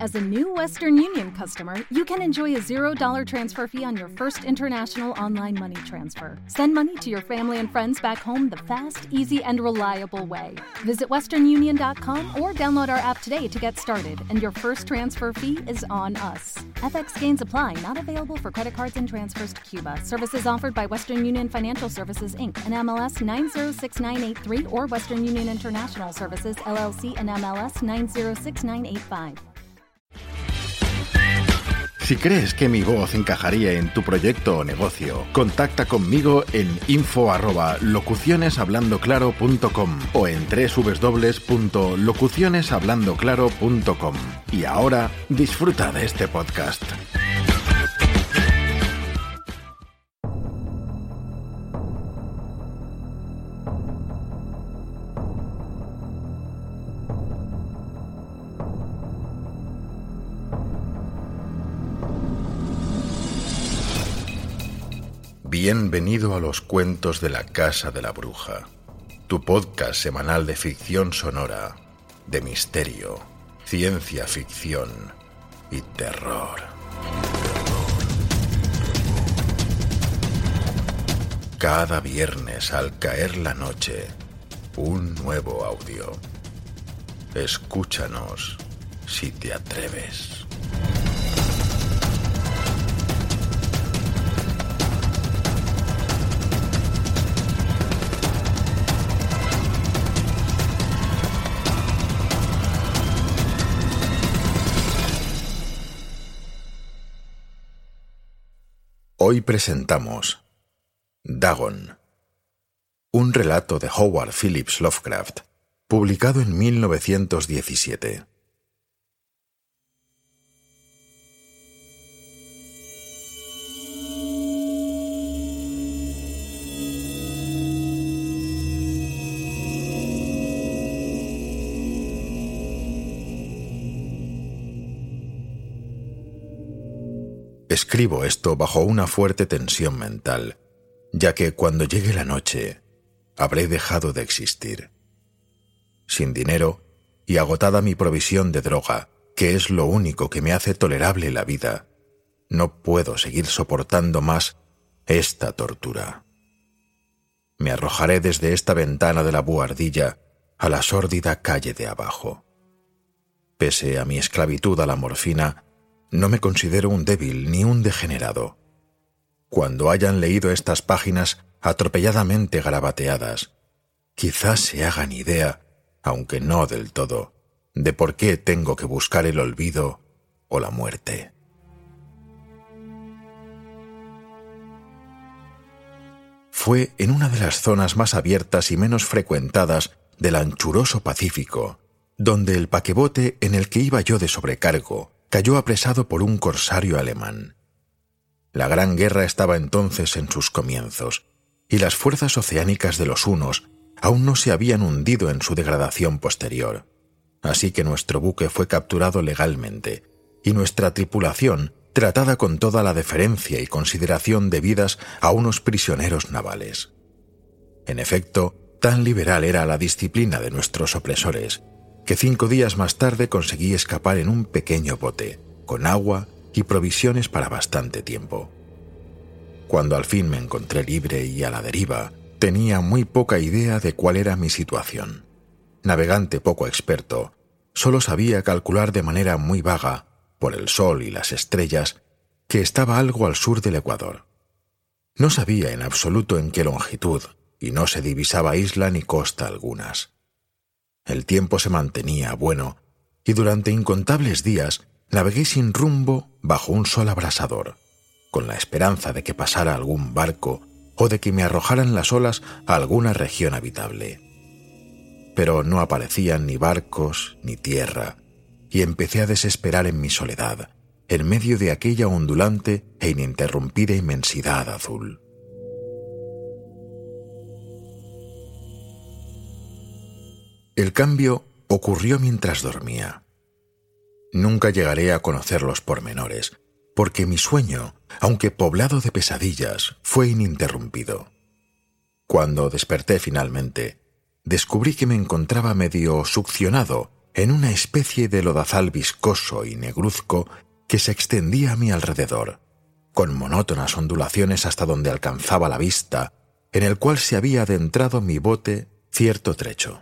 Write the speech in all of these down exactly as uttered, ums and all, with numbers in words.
As a new Western Union customer, you can enjoy a zero dollars transfer fee on your first international online money transfer. Send money to your family and friends back home the fast, easy, and reliable way. Visit western union dot com or download our app today to get started, and your first transfer fee is on us. F X gains apply, not available for credit cards and transfers to Cuba. Services offered by Western Union Financial Services, Incorporated, and M L S nine zero six nine eight three or Western Union International Services, L L C, and M L S nine zero six nine eight five. Si crees que mi voz encajaría en tu proyecto o negocio, contacta conmigo en info arroba locuciones hablando claro punto com o en doble u doble u doble u punto locuciones hablando claro punto com. Y ahora, disfruta de este podcast. Bienvenido a los cuentos de la Casa de la Bruja, tu podcast semanal de ficción sonora, de misterio, ciencia ficción y terror. Cada viernes al caer la noche, un nuevo audio. Escúchanos si te atreves. Hoy presentamos Dagon, un relato de Howard Phillips Lovecraft, publicado en mil novecientos diecisiete. Escribo esto bajo una fuerte tensión mental, ya que cuando llegue la noche, habré dejado de existir. Sin dinero y agotada mi provisión de droga, que es lo único que me hace tolerable la vida, no puedo seguir soportando más esta tortura. Me arrojaré desde esta ventana de la buhardilla a la sórdida calle de abajo. Pese a mi esclavitud a la morfina, no me considero un débil ni un degenerado. Cuando hayan leído estas páginas atropelladamente garabateadas, quizás se hagan idea, aunque no del todo, de por qué tengo que buscar el olvido o la muerte. Fue en una de las zonas más abiertas y menos frecuentadas del anchuroso Pacífico, donde el paquebote en el que iba yo de sobrecargo cayó apresado por un corsario alemán. La Gran Guerra estaba entonces en sus comienzos, y las fuerzas oceánicas de los hunos aún no se habían hundido en su degradación posterior, así que nuestro buque fue capturado legalmente, y nuestra tripulación tratada con toda la deferencia y consideración debidas a unos prisioneros navales. En efecto, tan liberal era la disciplina de nuestros opresores, que cinco días más tarde conseguí escapar en un pequeño bote, con agua y provisiones para bastante tiempo. Cuando al fin me encontré libre y a la deriva, tenía muy poca idea de cuál era mi situación. Navegante poco experto, solo sabía calcular de manera muy vaga, por el sol y las estrellas, que estaba algo al sur del Ecuador. No sabía en absoluto en qué longitud, y no se divisaba isla ni costa algunas. El tiempo se mantenía bueno, y durante incontables días navegué sin rumbo bajo un sol abrasador, con la esperanza de que pasara algún barco o de que me arrojaran las olas a alguna región habitable. Pero no aparecían ni barcos ni tierra, y empecé a desesperar en mi soledad, en medio de aquella ondulante e ininterrumpida inmensidad azul. El cambio ocurrió mientras dormía. Nunca llegaré a conocer los pormenores, porque mi sueño, aunque poblado de pesadillas, fue ininterrumpido. Cuando desperté finalmente, descubrí que me encontraba medio succionado en una especie de lodazal viscoso y negruzco que se extendía a mi alrededor, con monótonas ondulaciones hasta donde alcanzaba la vista, en el cual se había adentrado mi bote cierto trecho.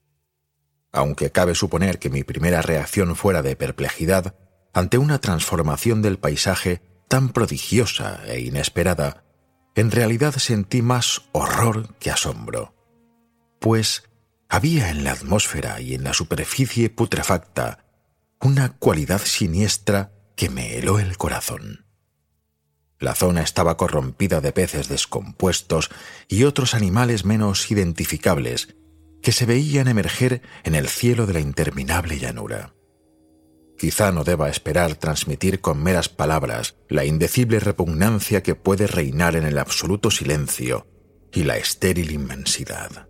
Aunque cabe suponer que mi primera reacción fuera de perplejidad ante una transformación del paisaje tan prodigiosa e inesperada, en realidad sentí más horror que asombro, pues había en la atmósfera y en la superficie putrefacta una cualidad siniestra que me heló el corazón. La zona estaba corrompida de peces descompuestos y otros animales menos identificables que se veían emerger en el cielo de la interminable llanura. Quizá no deba esperar transmitir con meras palabras la indecible repugnancia que puede reinar en el absoluto silencio y la estéril inmensidad.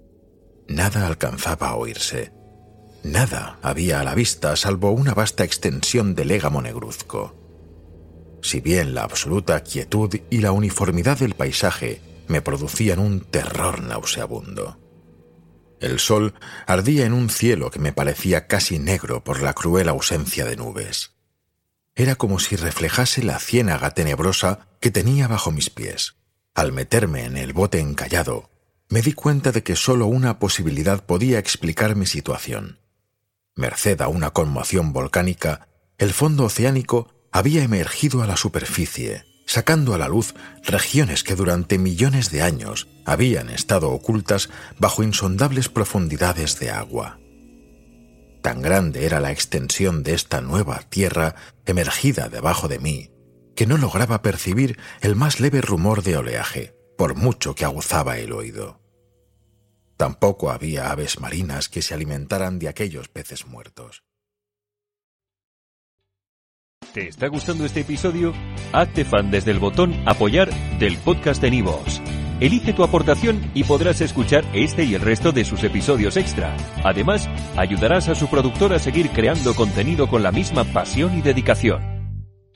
Nada alcanzaba a oírse. Nada había a la vista salvo una vasta extensión de légamo negruzco. Si bien la absoluta quietud y la uniformidad del paisaje me producían un terror nauseabundo. El sol ardía en un cielo que me parecía casi negro por la cruel ausencia de nubes. Era como si reflejase la ciénaga tenebrosa que tenía bajo mis pies. Al meterme en el bote encallado, me di cuenta de que sólo una posibilidad podía explicar mi situación. Merced a una conmoción volcánica, el fondo oceánico había emergido a la superficie, sacando a la luz regiones que durante millones de años habían estado ocultas bajo insondables profundidades de agua. Tan grande era la extensión de esta nueva tierra emergida debajo de mí, que no lograba percibir el más leve rumor de oleaje, por mucho que aguzaba el oído. Tampoco había aves marinas que se alimentaran de aquellos peces muertos. ¿Te está gustando este episodio? Hazte fan desde el botón Apoyar del podcast de Nivos. Elige tu aportación y podrás escuchar este y el resto de sus episodios extra. Además, ayudarás a su productor a seguir creando contenido con la misma pasión y dedicación.